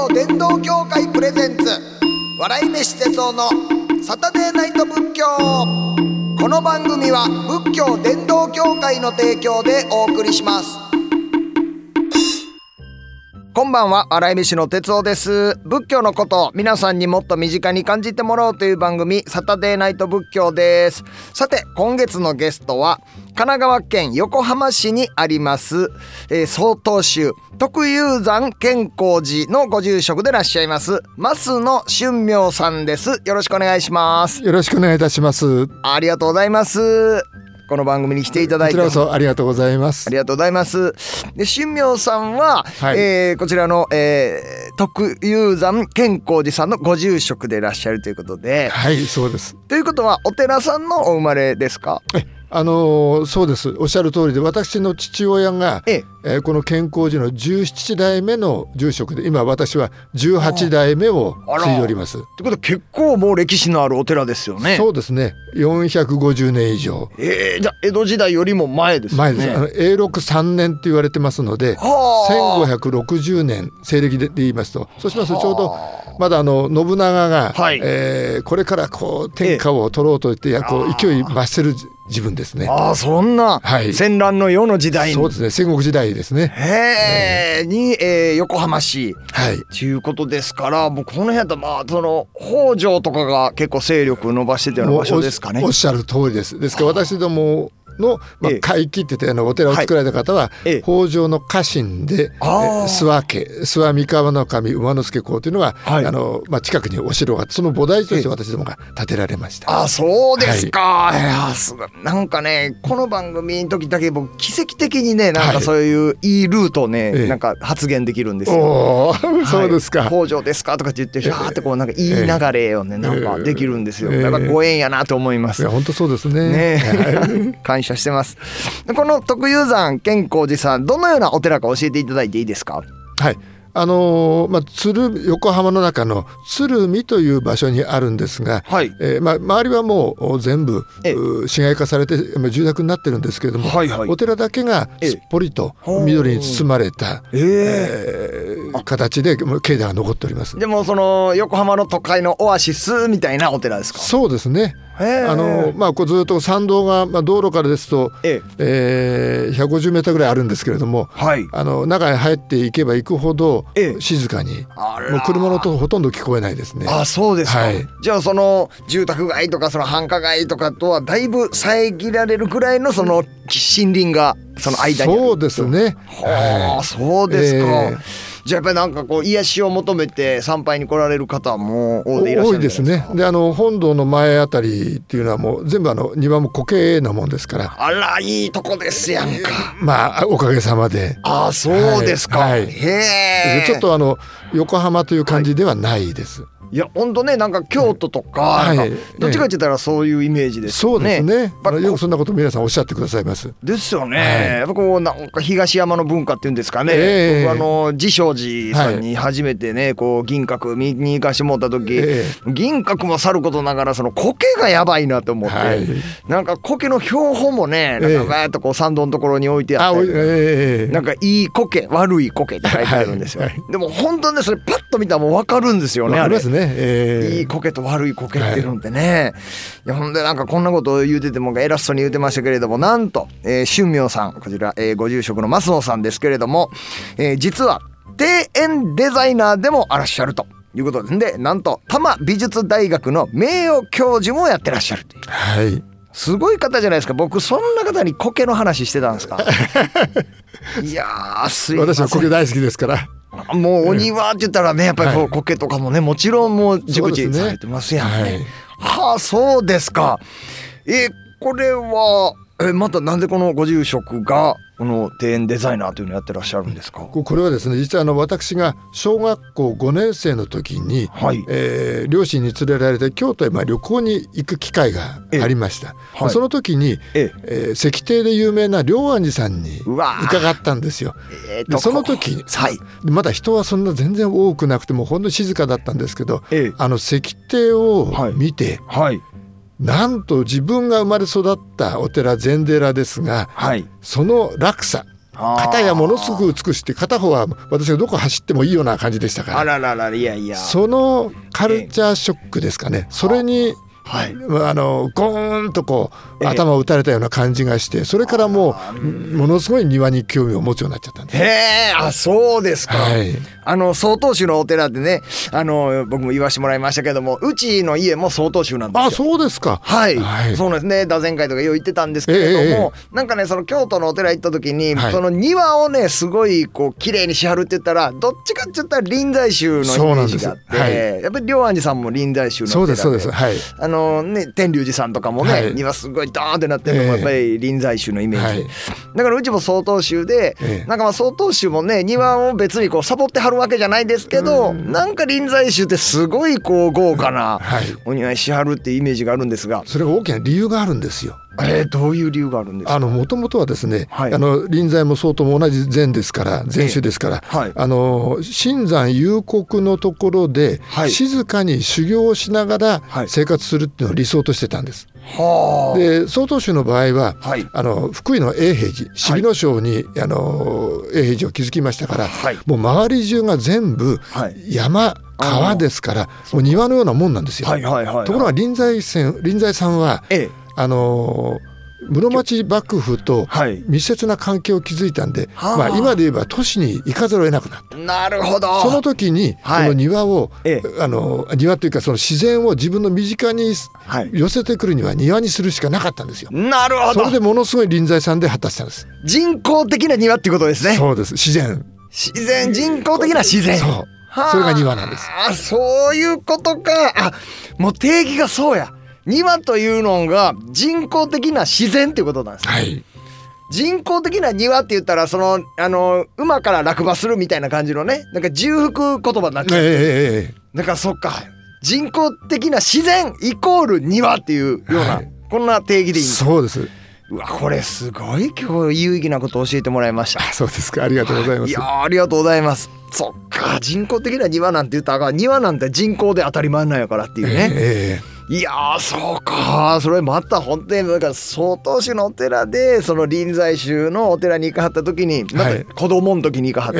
教伝道協会プレゼンツ笑い飯哲夫のサタデーナイト仏教。この番組は仏教伝道協会の提供でお送りします。こんばんは、笑い飯の哲夫です。仏教のことを皆さんにもっと身近に感じてもらおうという番組、サタデーナイト仏教です。さて、今月のゲストは神奈川県横浜市にあります、曹洞宗徳雄山健光寺のご住職でいらっしゃいます増野俊明さんです。よろしくお願いします。 よろしくお願いいたします。 ありがとうございます。この番組に来ていただいてこちらこそありがとうございます。 ありがとうございます。で、俊明さんは、はい、こちらの、徳雄山健光寺さんのご住職でいらっしゃるということで。 はい、そうです。 ということはお寺さんのお生まれですか？ そうです。おっしゃる通りで、私の父親が、この健光寺の17代目の住職で、今私は18代目を継いでおります。 ということは結構もう歴史のあるお寺ですよね。 そうですね、450年以上。 じゃあ江戸時代よりも前ですね。 前です。永禄3年と言われてますので、1560年西暦で言いますと、そうしますとちょうどまだ信長が、はい、これからこう天下を取ろうと言ってこう勢い増してる自分ですね。 そんな、はい、戦乱の世の時代に。 そうですね、戦国時代ですね。 に、横浜市、はい、ということですから、もうこの辺だとその北条とかが結構勢力を伸ばしてたような場所ですかね。 おっしゃる通りです。ですから私どもの会期って言ってお寺を作られた方は、北条の家臣で諏訪家、諏訪三河の神馬之助公というのが、近くにお城があって、その菩提寺として私どもが建てられました。 そうですか。なんかね、この番組の時だけ僕奇跡的にね、なんかそういういいルートをね、なんか発言できるんですよ。 そうですか。 北条ですかとかって言って、シャーってこうなんかいい流れをね、なんかできるんですよ。やっぱご縁やなと思います。 いや本当そうですね。 感謝してます。この徳雄山健光寺さん、どのようなお寺か教えていただいていいですか？ はい、横浜の中の鶴見という場所にあるんですが、はい、周りはもう全部市街化されて住宅になってるんですけれども、お寺だけがすっぽりと緑に包まれた、形で境内が残っております。 でもその横浜の都会のオアシスみたいなお寺ですか？ そうですね。こうずっと参道が、道路からですと、150メーターぐらいあるんですけれども、はい、中に入っていけば行くほど静かに、もう車の音ほとんど聞こえないですね。 そうですか。はい、じゃあその住宅街とかその繁華街とかとはだいぶ遮られるぐらいのその森林がその間にある。 そうですね。 そうですか。じゃあやっぱりなんかこう癒しを求めて参拝に来られる方も大勢いらっしゃるんですか？ 多いですね。で本堂の前あたりっていうのはもう全部庭も苔なもんですから。 いいとこですやんか。 おかげさまで。 そうですか。 はい、ちょっと横浜という感じではないです。 いや本当ね、なんか京都とか、どっちかって言ったらそういうイメージですよね。 そうですね。よくそんなこと皆さんおっしゃってくださいます。 ですよね。やっぱこうなんか東山の文化っていうんですかね。僕慈照寺さんに初めてね、こう銀閣見に行かしてもらった時、銀閣もさることながらその苔がやばいなと思って、なんか苔の標本もね、なんかバーッとこう参道のところに置いてあって、なんかいい苔悪い苔って書いてあるんですよ。でも本当ね、それパッと見たらもう分かるんですよね。 ありますね。 いい苔と悪い苔っていうのってね、いやほんでなんかこんなことを言うてても偉そうに言うてましたけれども、なんと、俊明さん、こちら、ご住職の増野さんですけれども、実は庭園デザイナーでもあらっしゃるということですんで、なんと多摩美術大学の名誉教授もやってらっしゃるという、 はい、 すごい方じゃないですか。僕そんな方に苔の話してたんですか？いやー、すいません。 私は苔大好きですから。 もうお庭って言ったらね、やっぱりこう苔とかもね、もちろんもう熟知されてますやんね。そうですか。これはまたなんでこのご住職がこの庭園デザイナーというのをやってらっしゃるんですか？ これはですね、実は私が小学校5年生の時に、両親に連れられて京都へ旅行に行く機会がありました。その時に、石庭で有名な龍安寺さんに伺ったんですよ。でその時に、まだ人はそんな全然多くなくてもほんの静かだったんですけど、石庭を見て、なんと自分が生まれ育ったお寺禅寺ですが、その落差、 片やものすごく美しくて、片方は私がどこ走ってもいいような感じでしたから、 あららら、いやいや、 そのカルチャーショックですかね。それにゴーンとこう頭を打たれたような感じがして、それからもうものすごい庭に興味を持つようになっちゃったんです。 へえ、あ、そうですか。 はい、 曹洞宗のお寺でね、僕も言わしてもらいましたけども、うちの家も曹洞宗なんですよ。 あ、そうですか。 はい、はい、そうなんですね。座禅会とかよう行ってたんですけれども、なんかね、その京都のお寺行った時に、その庭をねすごいこう綺麗にしはるって言ったら、どっちかって言ったら臨済宗のイメージがあって、やっぱり龍安寺さんも臨済宗のお寺で、 そうですそうです、はい、 天龍寺さんとかもね、はい、庭すごいドーンってなってるのもやっぱり臨済宗のイメージ、だからうちも曹洞宗で、なんか曹洞宗もね庭を別にこうサボってはるわけじゃないですけど、なんか臨済宗ってすごいこう豪華なお庭にしはるっていうイメージがあるんですが、 それが大きな理由があるんですよ。 どういう理由があるんですか。 もともとはですね、臨済も曹洞も同じ禅ですから、禅宗ですから、深山幽谷のところで静かに修行をしながら生活するっていうのを理想としてたんです。で曹洞宗の場合は、福井の永平寺、四尾荘に永平寺を築きましたから、もう周り中が全部山、川ですから、もう庭のようなもんなんですよ。ところが臨済さんは、室町幕府と密接な関係を築いたんで、今で言えば都市に行かざるを得なくなった。 なるほど。 その時にその庭を、庭というかその自然を自分の身近に寄せてくるには庭にするしかなかったんですよ。なるほど。それでものすごい臨済さんで果たしたんです。 人工的な庭っていうことですね。 そうです。自然人工的な自然。 それが庭なんです。 そういうことか。もう定義がそうや。庭というのが人工的な自然っていうことなんです、人工的な庭って言ったら、その馬から落馬するみたいな感じのね、なんか重複言葉になっちゃって、だからそっか、人工的な自然イコール庭っていうような、こんな定義でいいんですか。 そうです。 うわ、これすごい今日有意義なことを教えてもらいました。 そうですか、ありがとうございます。 いや、ありがとうございます。そっか、人工的な庭なんて言ったら、庭なんて人工で当たり前なんやからっていうね、いやー、そうか。それまた本当にだから曹洞宗のお寺で、その臨済宗のお寺に行かはった時に、また子供の時に行かはって、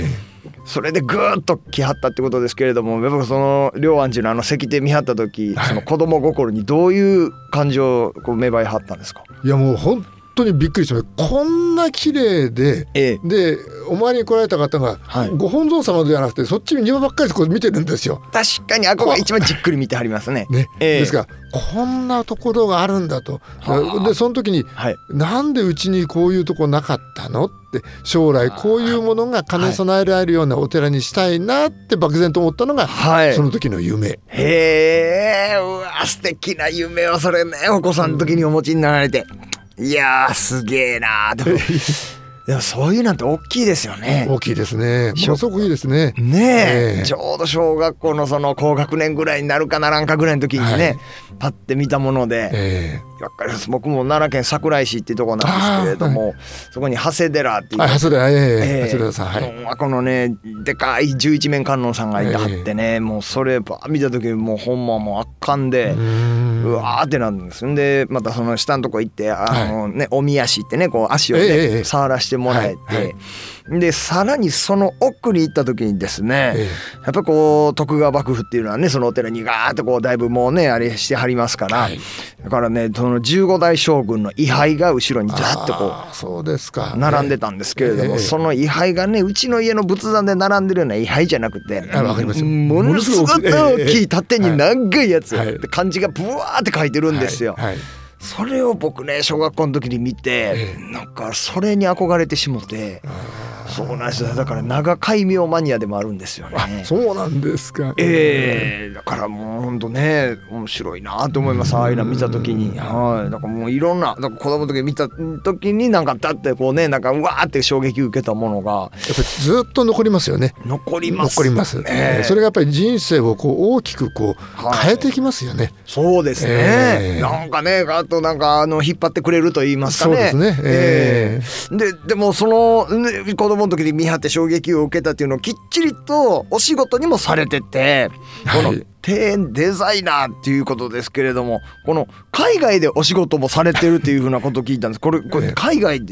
それでぐーっと来はったってことですけれども、やっぱその龍安寺の石庭見はった時、その子供心にどういう感情をこう芽生えはったんですか。 いや、もう本当にびっくりしました。こんな綺麗で、でお参りに来られた方が、ご本尊様ではなくてそっちに庭ばっかりこう見てるんですよ。 確かにあこが一番じっくり見てはりますね。 ですからこんなところがあるんだと。でその時に、なんでうちにこういうとこなかったのって、将来こういうものが兼ね備えられるようなお寺にしたいなって漠然と思ったのが、その時の夢。 うわ、素敵な夢をそれね、お子さんの時にお持ちになられて、いやー、すげえなー。でもそういうなんて大きいですよね。 大きいですね。ものすごくいいですね。 ちょうど小学校のその高学年ぐらいになるかならんかぐらいの時にね、パッて見たもので、僕も奈良県桜井市っていうところなんですけれども、そこに長谷寺っていう、長谷寺さん、このねでかい11面観音さんがいてはってね、もうそれ見た時もうほんまもう圧巻で、うわーってなるんです。んでまたその下のとこ行って、おみ足ってね、こう足をね、触らしてもらえて、でさらにその奥に行った時にですね、やっぱこう徳川幕府っていうのはね、そのお寺にガーッとこうだいぶもうねあれしてはりますから、だからね、その15代将軍の位牌が後ろにザーッとこう並んでたんですけれども、その位牌がね、うちの家の仏壇で並んでるような位牌じゃなくて、ものすごく大きい縦に長いやつで漢字がブワーって書いてるんですよ。それを僕ね、小学校の時に見て、なんかそれに憧れてしもて、そうなんですよ。だから長戒名マニアでもあるんですよね。 そうなんですか。 だからもう本当ね、面白いなと思います。ああいうの見た時に、だからもういろんな、だから子供の時見た時になんかだってこうね、なんかうわーって衝撃受けたものがやっぱりずっと残りますよね。 残ります。 それがやっぱり人生をこう大きくこう変えてきますよね。 そうですね。なんかね、あとなんか引っ張ってくれると言いますかね。 そうですね。 でもその、子供の時に見張って衝撃を受けたっていうのをきっちりとお仕事にもされてて、この庭園デザイナーっていうことですけれども、この海外でお仕事もされてるっていうふうなことを聞いたんです。これ海外で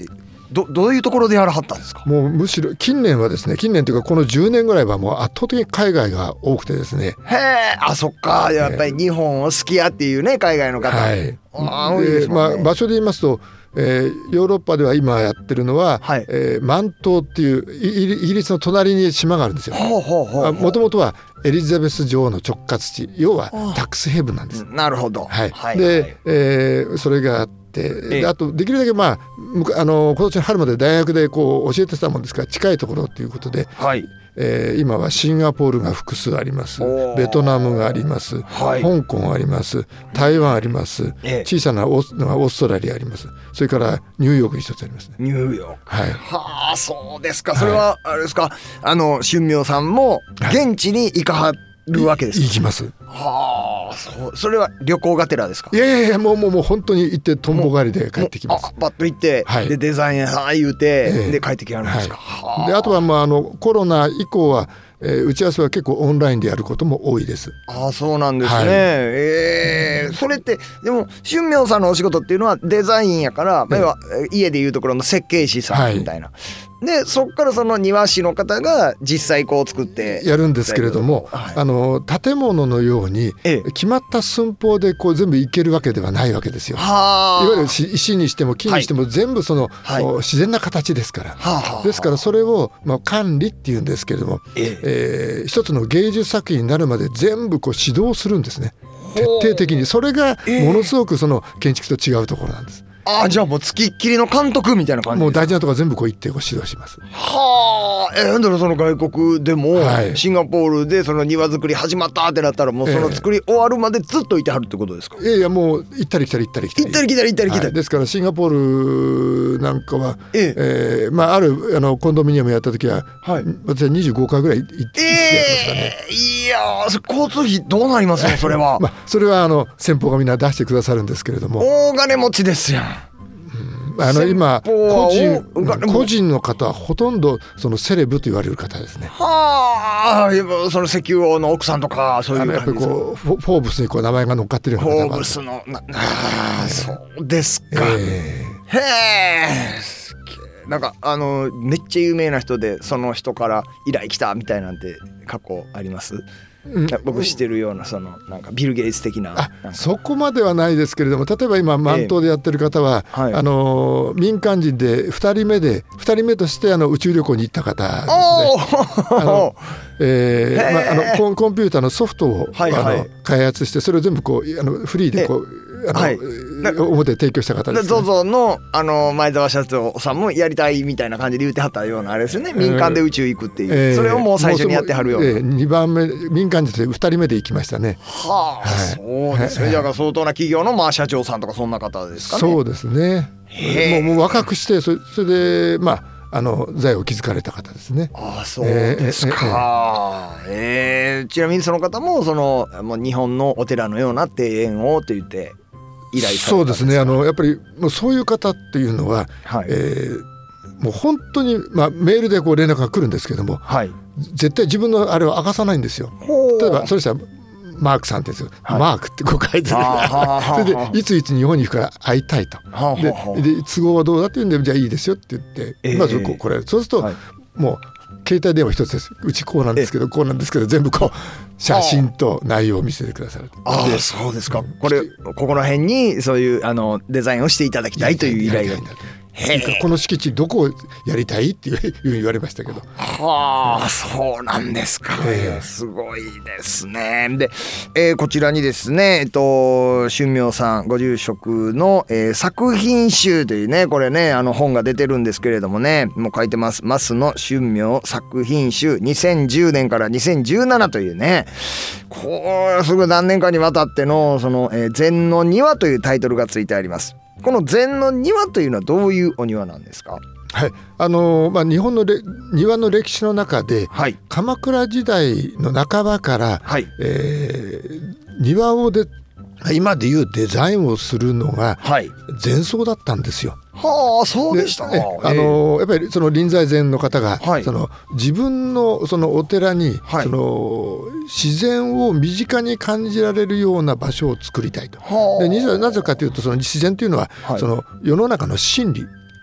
どういうところでやらはったんですか？ もうむしろ近年はですね、近年というかこの10年ぐらいはもう圧倒的に海外が多くてですね。 へえ、あ、そっか、やっぱり日本を好きやっていうね、海外の方。 はい。で、場所で言いますと、ヨーロッパでは今やってるのは、はい、マン島っていうイギリスの隣に島があるんですよ。もともとはエリザベス女王の直轄地、要はタックスヘブンなんです。 なるほど。 はい。で、それがあって、であとできるだけ今年の春まで大学でこう教えてたもんですから近いところということで、はい、今はシンガポールが複数あります、ベトナムがあります、はい、香港あります、台湾あります、小さなのがオーストラリアあります、それからニューヨークに一つありますね。 ニューヨーク、はい、はあ、そうですか。それはあれですか、春明さんも現地に行かはるわけですか？ 行きます。 はあ、それは旅行がてらですか？ いやもう本当に行ってとんぼ狩りで帰ってきます。 パッと行って、はい、でデザイン言うて、で帰ってきはるんですか？ はい、であとはコロナ以降は打ち合わせは結構オンラインでやることも多いです。 あ、そうなんですね。はい、それってでも春明さんのお仕事っていうのはデザインやから、家でいうところの設計士さんみたいな、でそっからその庭師の方が実際こう作ってやるんですけれども、建物のように決まった寸法でこう全部いけるわけではないわけですよ。いわゆる石にしても木にしても全部その、自然な形ですから、ですからそれを管理っていうんですけれども、一つの芸術作品になるまで全部こう指導するんですね、徹底的に。それがものすごくその建築と違うところなんです。 じゃあもう付きっきりの監督みたいな感じですか？ もう大事なところ全部こう行ってご指導します。 はあ、なんだろう、その外国でも、シンガポールでその庭作り始まったってなったらもうその作り終わるまでずっといてはるってことですか？ いやもう行ったり来たり行ったり来たり、ですからシンガポールなんかは、あるコンドミニアムやった時は、私は25回ぐらい行ってやってますかね。 いや交通費どうなりますのそれは。 それは先方がみんな出してくださるんですけれども、 大金持ちですやん。 今個人の方はほとんどそのセレブと言われる方ですね。 はあ、その石油王の奥さんとかそういう感じですか？やっぱりこうフォーブスにこう名前が乗っかってるような方が。 フォーブスのそうですか。へえ。なんかめっちゃ有名な人でその人から依頼来たみたいなんて過去あります？僕知ってるようななんかビル・ゲイツ的な。 そこまではないですけれども、例えば今満島でやってる方は、民間人で2人目として宇宙旅行に行った方ですね。コンピューターのソフトを開発して、それを全部こうフリーでこう表提供した方ですね。 ZOZO の前澤社長さんもやりたいみたいな感じで言ってはったようなあれですよね。民間で宇宙行くっていう、それをもう最初にやってはるような。 2番目民間人で2人目で行きましたね。 はあ、そうですね。じゃあ相当な企業の社長さんとかそんな方ですかね。 そうですね。もう若くしてそれで財を築かれた方ですね。 そうですか。ちなみにその方ももう日本のお寺のような庭園をと言って依頼されたんですか？ そうですね。やっぱりもうそういう方っていうのは、もう本当にメールでこう連絡が来るんですけども、絶対自分のあれを明かさないんですよ。例えばそれしたらマークさんって言うんですよ、マークってこう書いてある。それでいついつ日本に行くから会いたいと。で都合はどうだって言うんで、じゃあいいですよって言って、まずこれそうすると、もう携帯電話一つです。うちこうなんですけどこうなんですけど、全部こう写真と内容を見せてくださる。 そうですか。ここの辺にそういうデザインをしていただきたいという依頼が。 この敷地どこをやりたいって言われましたけど。 そうなんですか。すごいですね。で、こちらにですね、春明さんご住職の、作品集というね、これね本が出てるんですけれどもね、もう書いてます。増野春明作品集2010年から2017というね、これすごい何年かにわたっての禅の庭というタイトルがついてあります。この禅の庭というのはどういうお庭なんですか？ はい、日本の庭の歴史の中で、鎌倉時代の半ばから、庭を今でいうデザインをするのが禅僧だったんですよ。 そうでしたか。 やっぱりその臨済禅の方が、自分のそのお寺に、その自然を身近に感じられるような場所を作りたいと。でなぜかというと、その自然というのは、その世の中の真理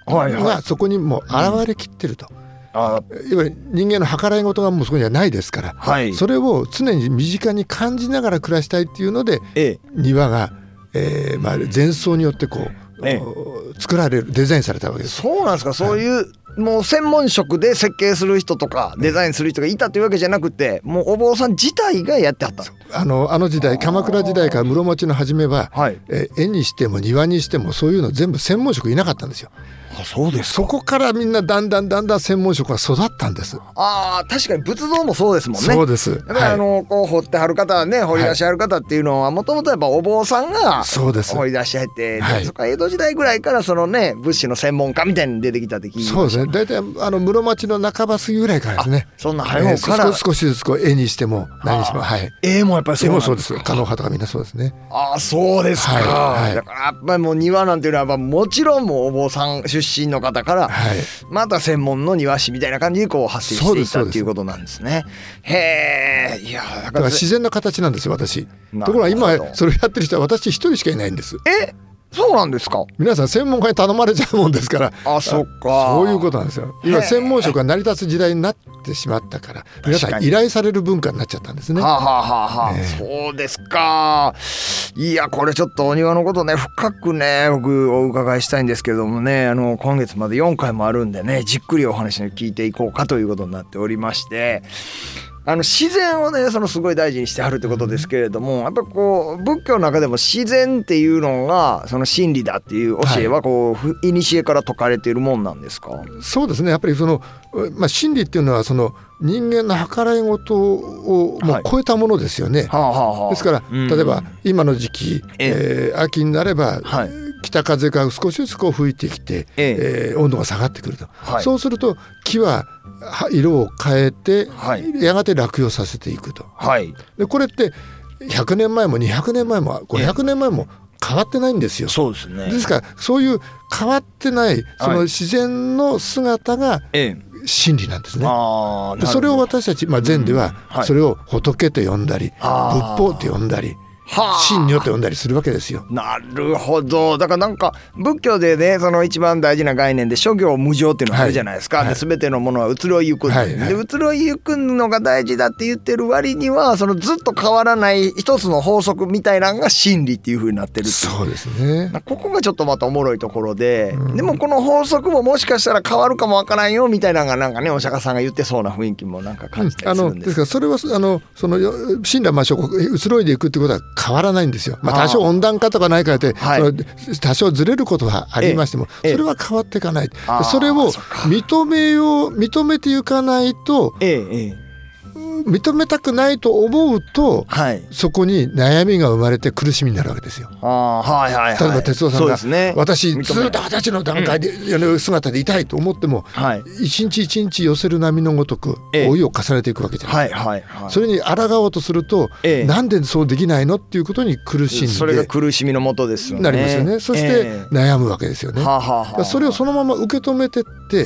がそこにもう現れきってると。いわゆる人間の計らい事がもうそこにはないですから、それを常に身近に感じながら暮らしたいっていうので、庭が、禅僧によってこう、作られるデザインされたわけです。 そうなんですか。そういうもう専門職で設計する人とかデザインする人がいたというわけじゃなくて、もうお坊さん自体がやってはった。 あの時代、鎌倉時代から室町の初めは、絵にしても庭にしてもそういうの全部専門職いなかったんですよ。 そうですか。 そこからみんなだんだん専門職が育ったんです。 確かに仏像もそうですもんね。 そうです。 だからこう掘ってはる方ね、掘り出しはる方っていうのはもともとやっぱお坊さんが掘り出しはって、そこから江戸時代ぐらいからそのね、仏師の専門家みたいに出てきたって聞いてました。 そうですね。大体室町の半ば過ぎぐらいからですね。 そんな早うから少しずつこう絵にしても何にしても、 絵もやっぱりそうなんですか。絵もそうです。狩野派とかみんなそうですね。 そうですか。だからやっぱりもう庭なんていうのはもちろんもうお坊さん出身の方からまた専門の庭師みたいな感じでこう発生していったっていうことなんですね。へえ。いやだから自然な形なんですよ、私。ところが今それをやってる人は私一人しかいないんです。 そうなんですか。 皆さん専門家に頼まれちゃうもんですから。 そっか。 そういうことなんですよ。今専門職が成り立つ時代になってしまったから皆さん依頼される文化になっちゃったんですね。 そうですか。いやこれちょっとお庭のことね深くね僕お伺いしたいんですけれどもね、今月まで4回もあるんでね、じっくりお話を聞いていこうかということになっておりまして、自然をねすごい大事にしてはるってことですけれども、やっぱこう仏教の中でも自然っていうのがその真理だっていう教えはこう古から説かれているもんなんですか。 そうですね。やっぱりその、真理っていうのはその人間の計らい事をもう超えたものですよね。ですから例えば今の時期、秋になれば、北風が少しずつこう吹いてきて、温度が下がってくると、そうすると木は色を変えて、やがて落葉させていくと、でこれって100年前も200年前も500年前も変わってないんですよ。 そうですね。 ですからそういう変わってないその自然の姿が真理なんですね。でそれを私たち、禅ではそれを仏と呼んだり、仏法と呼んだり、真如と呼んだりするわけですよ。 なるほど。だからなんか仏教でねその一番大事な概念で諸行無常っていうのがあるじゃないですか。で全てのものは移ろいゆく、で移ろいゆくのが大事だって言ってる割にはそのずっと変わらない一つの法則みたいなのが真理っていう風になってるっていう。 そうですね。 ここがちょっとまたおもろいところで、でもこの法則ももしかしたら変わるかもわからんよみたいなのがなんかねお釈迦さんが言ってそうな雰囲気もなんか感じたりするんです。 ですからそれはその親鸞聖国移ろいでいくってことは変わらないんですよ。多少温暖化とかないからって、多少ずれることがありましても、それは変わっていかない。それを認めていかないと、認めたくないと思うと、そこに悩みが生まれて苦しみになるわけですよ。例えば哲夫さんが、私ずっと20歳の段階で、姿でいたいと思っても、一日一日寄せる波のごとく老いを重ねていくわけじゃないですか。それに抗おうとすると、なんでそうできないのっていうことに苦しんで、 それが苦しみのもとですよね。 なりますよね。そして悩むわけですよね。それをそのまま受け止めてって、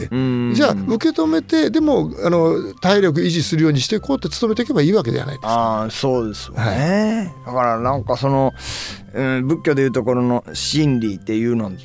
じゃあ受け止めてでも体力維持するようにしていこうって努めていけばいいわけじゃないですか。 そうですよね。だからなんかその、仏教でいうところの真理っていうのって、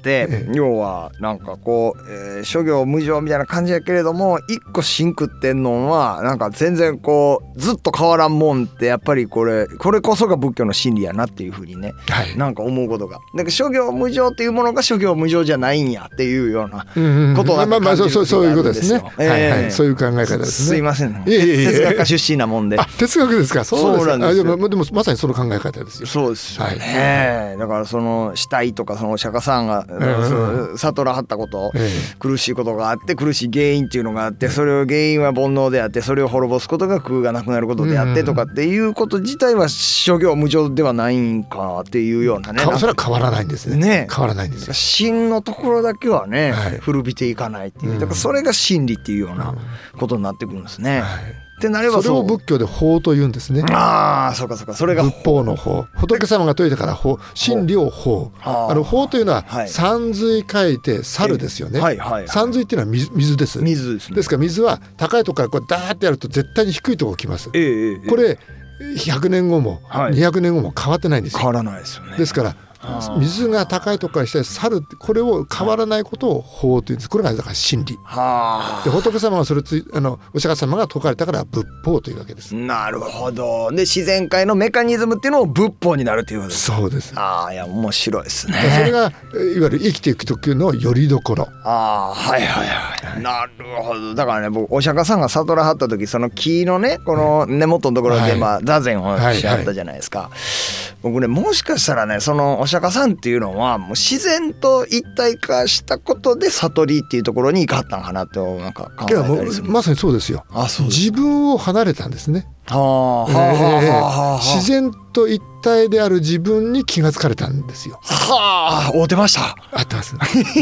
要はなんかこう、諸行無常みたいな感じやけれども一個芯食ってんのはなんか全然こうずっと変わらんもんってやっぱりこれこそが仏教の真理やなっていうふうにね、なんか思うことが、だから諸行無常っていうものが諸行無常じゃないんやっていうようなことが感じる時があるんですよ。 そういう考え方ですね。 すいません、哲学科出身なもんで。 哲学ですか。そうなんですよ。でもまさにその考え方ですよ。 そうですよね。だからその死体とかそのお釈迦さんが悟らはったこと、苦しいことがあって苦しい原因っていうのがあって、それを原因は煩悩であって、それを滅ぼすことが空がなくなることであってとかっていうこと自体は諸行無常ではないんかっていうようなね。 それは変わらないんですね。変わらないんですよ。 真のところだけはね、古びていかないっていう、だからそれが真理っていうようなことになってくるんですね。ってなればそれを仏教で法と言うんですね。 そうかそれが仏法の法、仏様が説いたから法、真理を法。法というのは山水書いて猿ですよね。山水っていうのは水です。ですから水は高いところからこうダーってやると絶対に低いところ来ます。これ100年後も200年後も変わってないんですよ。 変わらないですよね。 ですから水が高いところから下に去る、これを変わらないことを法というんです。これがだから真理で、仏様はそれお釈迦様が説かれたから仏法というわけです。 なるほど。で自然界のメカニズムっていうのを仏法になるということです。 そうです。 いや面白いですね。 それがいわゆる生きていく時のよりどころ。 なるほど。だからね、僕お釈迦さんが悟らはった時、その木のねこの根元のところで座禅をしはったじゃないですか。僕ね、もしかしたらね、そのお釈迦さんっていうのはもう自然と一体化したことで悟りっていうところに行かったんかなってなんか考えたりする。 まさにそうですよ。自分を離れたんですね。自然と一体である自分に気がつかれたんですよ。 合うてました。 合ってます。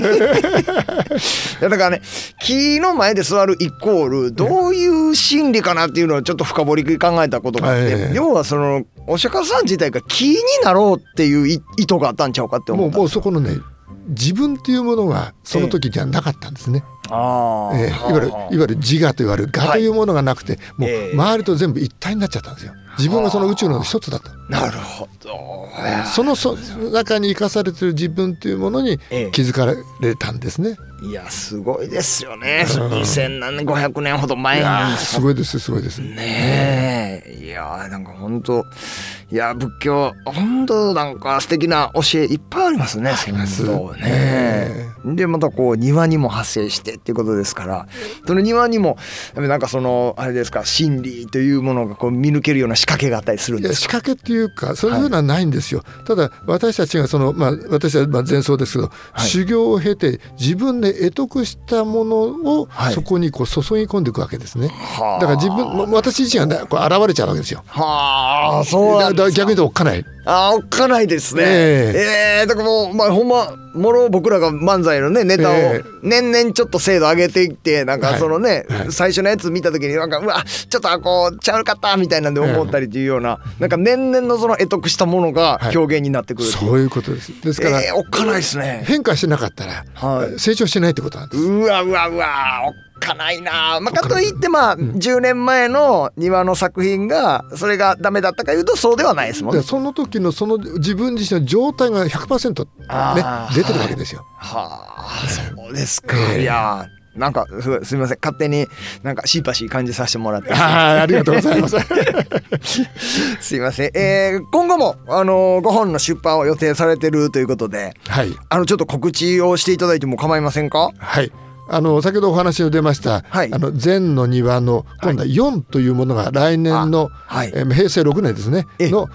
だからね、木の前で座るイコールどういう心理かなっていうのをちょっと深掘り考えたことがあって、要はそのお釈迦さん自体が木になろうっていう意図があったんちゃうかって思った。 もうそこのね、自分っていうものがその時にはなかったんですね。いわゆる自我といわれる我というものがなくて、もう周りと全部一体になっちゃったんですよ。自分がその宇宙の一つだった。 なるほど。 その中に生かされている自分というものに気づかれたんですね。 いやすごいですよね。2000何年500年ほど前に。 すごいですすごいですね。いやなんか本当、いや仏教本当なんか素敵な教えいっぱいありますね。そうね。でまたこう庭にも発生してっていうことですから、その庭にもなんかそのあれですか、真理というものがこう見抜けるような仕掛けがあったりするんですか。 仕掛けっていうかそういうのはないんですよ。ただ私たちが私は前奏ですけど、修行を経て自分で得得したものをそこにこう注ぎ込んでいくわけですね。だから私自身がこう現れちゃうわけですよ。 そうなんですか。 逆に言うとおっかない。 おっかないですね。だからもうほんまもろ僕らが漫才のねネタを年々ちょっと精度上げていって、なんかそのね、最初のやつ見た時になんかうわちょっとこうちゃうかったみたいなんで思ったりっていうような、なんか年々のその得得したものが表現になってくる。 そういうことです。ですからおっかないですね。 変化してなかったら成長してないってことなんです。 うわおっかないな。かといって10年前の庭の作品がそれがダメだったかいうとそうではないですもんね。 その時のその自分自身の状態が 100% 出てるわけですよ。 そうですか。いやなんかすみません、勝手になんかシーパシー感じさせてもらってありがとうございますすいません。今後も5本の出版を予定されてるということで、ちょっと告知をしていただいても構いませんか。 先ほどお話に出ました、禅の庭の今度は4というものが来年の、平成6年ですねの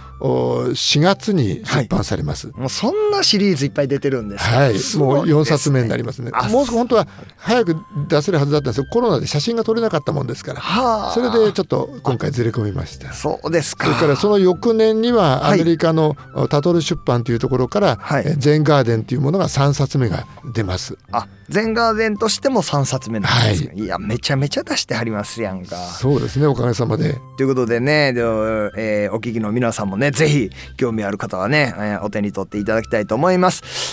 4月に出版されます。 もうそんなシリーズいっぱい出てるんですね。もう4冊目になりますね。もう少し本当は早く出せるはずだったんですけど、コロナで写真が撮れなかったもんですから、それでちょっと今回ずれ込みました。 そうですか。 それからその翌年にはアメリカのタトル出版というところから、禅ガーデンというものが3冊目が出ます。 禅ガーデンとしても3冊目なんですか。いやめちゃめちゃ出してはりますやんか。 そうですね、おかげさまで。 ということでね、お聞きの皆さんもね、ぜひ興味ある方はね、お手に取っていただきたいと思います。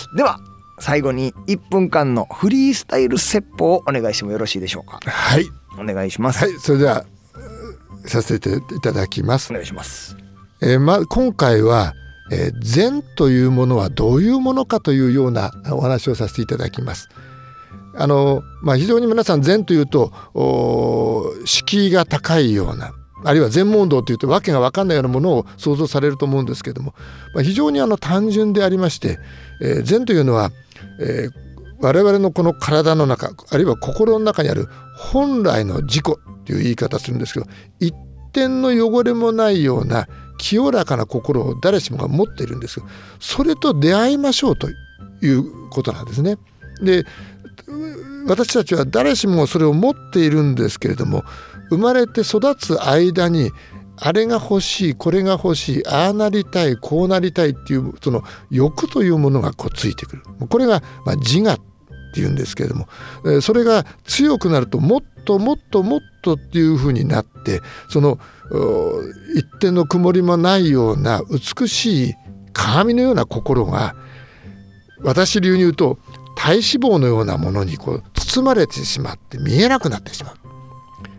では最後に1分間のフリースタイル説法をお願いしてもよろしいでしょうか。お願いします。 それではさせていただきます。 お願いします。 今回は禅というものはどういうものかというようなお話をさせていただきます。非常に皆さん禅というと敷居が高いような、あるいは禅問答というとわけが分かんないようなものを想像されると思うんですけども、非常に単純でありまして、禅というのは、我々のこの体の中、あるいは心の中にある本来の自己という言い方するんですけど、一点の汚れもないような清らかな心を誰しもが持っているんです。それと出会いましょうということなんですね。で、私たちは誰しもそれを持っているんですけれども、生まれて育つ間にあれが欲しい、これが欲しい、ああなりたい、こうなりたいっていうその欲というものがついてくる。これが自我っていうんですけれども、それが強くなるともっともっともっとっていうふうになって、その一点の曇りもないような美しい鏡のような心が、私流に言うと体脂肪のようなものに包まれてしまって見えなくなってしまう。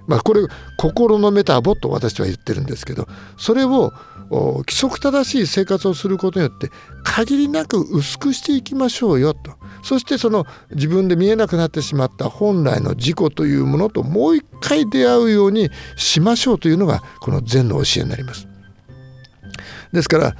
これ心のメタボと私は言ってるんですけど、それを規則正しい生活をすることによって限りなく薄くしていきましょうよと。そしてその自分で見えなくなってしまった本来の自己というものともう一回出会うようにしましょうというのがこの禅の教えになります。ですから、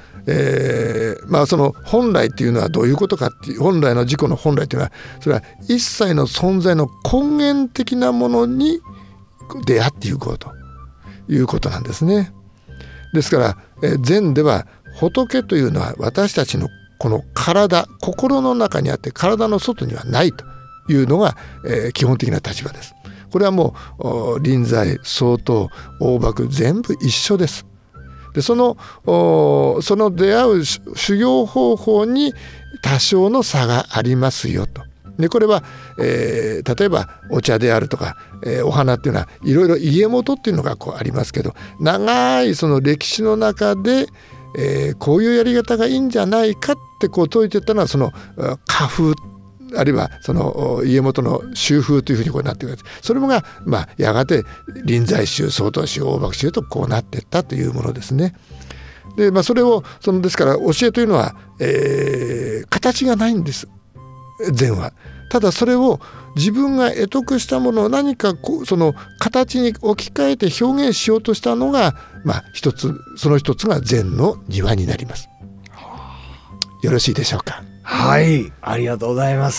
その本来っていうのはどういうことかっていう、本来の自己の本来というのは、それは一切の存在の根源的なものに出会っていこうということなんですね。ですから、禅では仏というのは私たちのこの体、心の中にあって体の外にはないというのが、基本的な立場です。これはもう臨済、曹洞、大幕全部一緒です。でその出会う修行方法に多少の差がありますよと。でこれは、例えばお茶であるとか、お花っていうのはいろいろ家元っていうのがありますけど、長いその歴史の中で、こういうやり方がいいんじゃないかって説いていったのはその家風、あるいはその家元の宗風というふうになっていく。それもが、やがて臨済宗、曹洞宗、大幕宗となっていったというものですね。で、それをですから教えというのは、形がないんです、禅は。ただそれを自分が得得したものを何かその形に置き換えて表現しようとしたのが、その一つが禅の庭になります。よろしいでしょうか。 はい、ありがとうございます。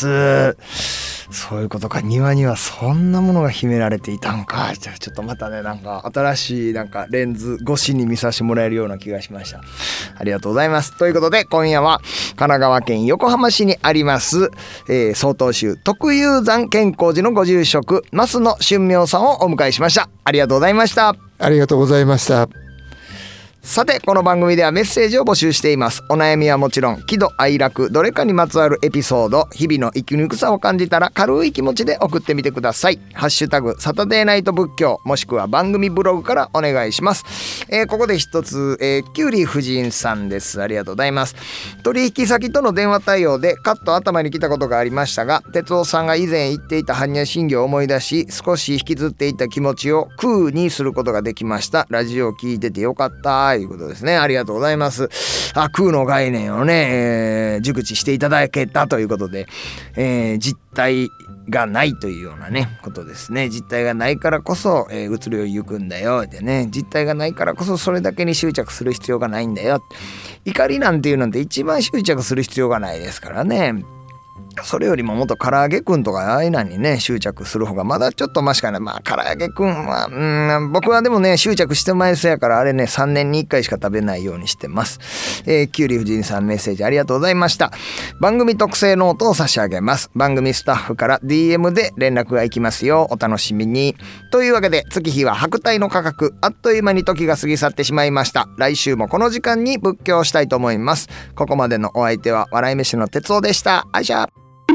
そういうことか。庭にはそんなものが秘められていたんか。じゃあちょっとまたね、新しいレンズ越しに見させてもらえるような気がしました。ありがとうございます。ということで今夜は神奈川県横浜市にあります曹洞宗徳雄山健光寺のご住職増野俊明さんをお迎えしました。ありがとうございました。 ありがとうございました。 さて、この番組ではメッセージを募集しています。お悩みはもちろん、喜怒哀楽どれかにまつわるエピソード、日々の生きにくさを感じたら軽い気持ちで送ってみてください。ハッシュタグサタデーナイト仏教、もしくは番組ブログからお願いします。ここで一つ、キュウリ夫人さんです。ありがとうございます。取引先との電話対応でカッと頭に来たことがありましたが、哲夫さんが以前言っていた般若心経を思い出し、少し引きずっていた気持ちを空にすることができました。ラジオを聞いててよかったということですね。ありがとうございます。空の概念をね、熟知していただけたということで、実体がないというようなねことですね。実体がないからこそ、移りを行くんだよってね。実体がないからこそそれだけに執着する必要がないんだよ。怒りなんていうのって一番執着する必要がないですからね。それよりももっと唐揚げくんとかああいうのにね執着する方がまだちょっとマシかな。唐揚げくんは僕はでもね執着してまいそうやから、あれね3年に1回しか食べないようにしてます。キュウリ夫人さん、メッセージありがとうございました。番組特製ノートを差し上げます。番組スタッフから DM で連絡がいきますよ。お楽しみに。というわけで月日は白帯の価格、あっという間に時が過ぎ去ってしまいました。来週もこの時間に仏教したいと思います。ここまでのお相手は笑い飯の哲夫でした。あいしゃ。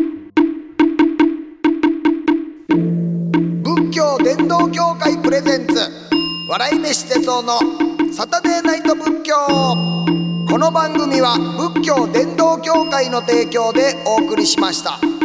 仏教伝道協会プレゼンツ笑い飯哲夫のサタデーナイト仏教。この番組は仏教伝道協会の提供でお送りしました。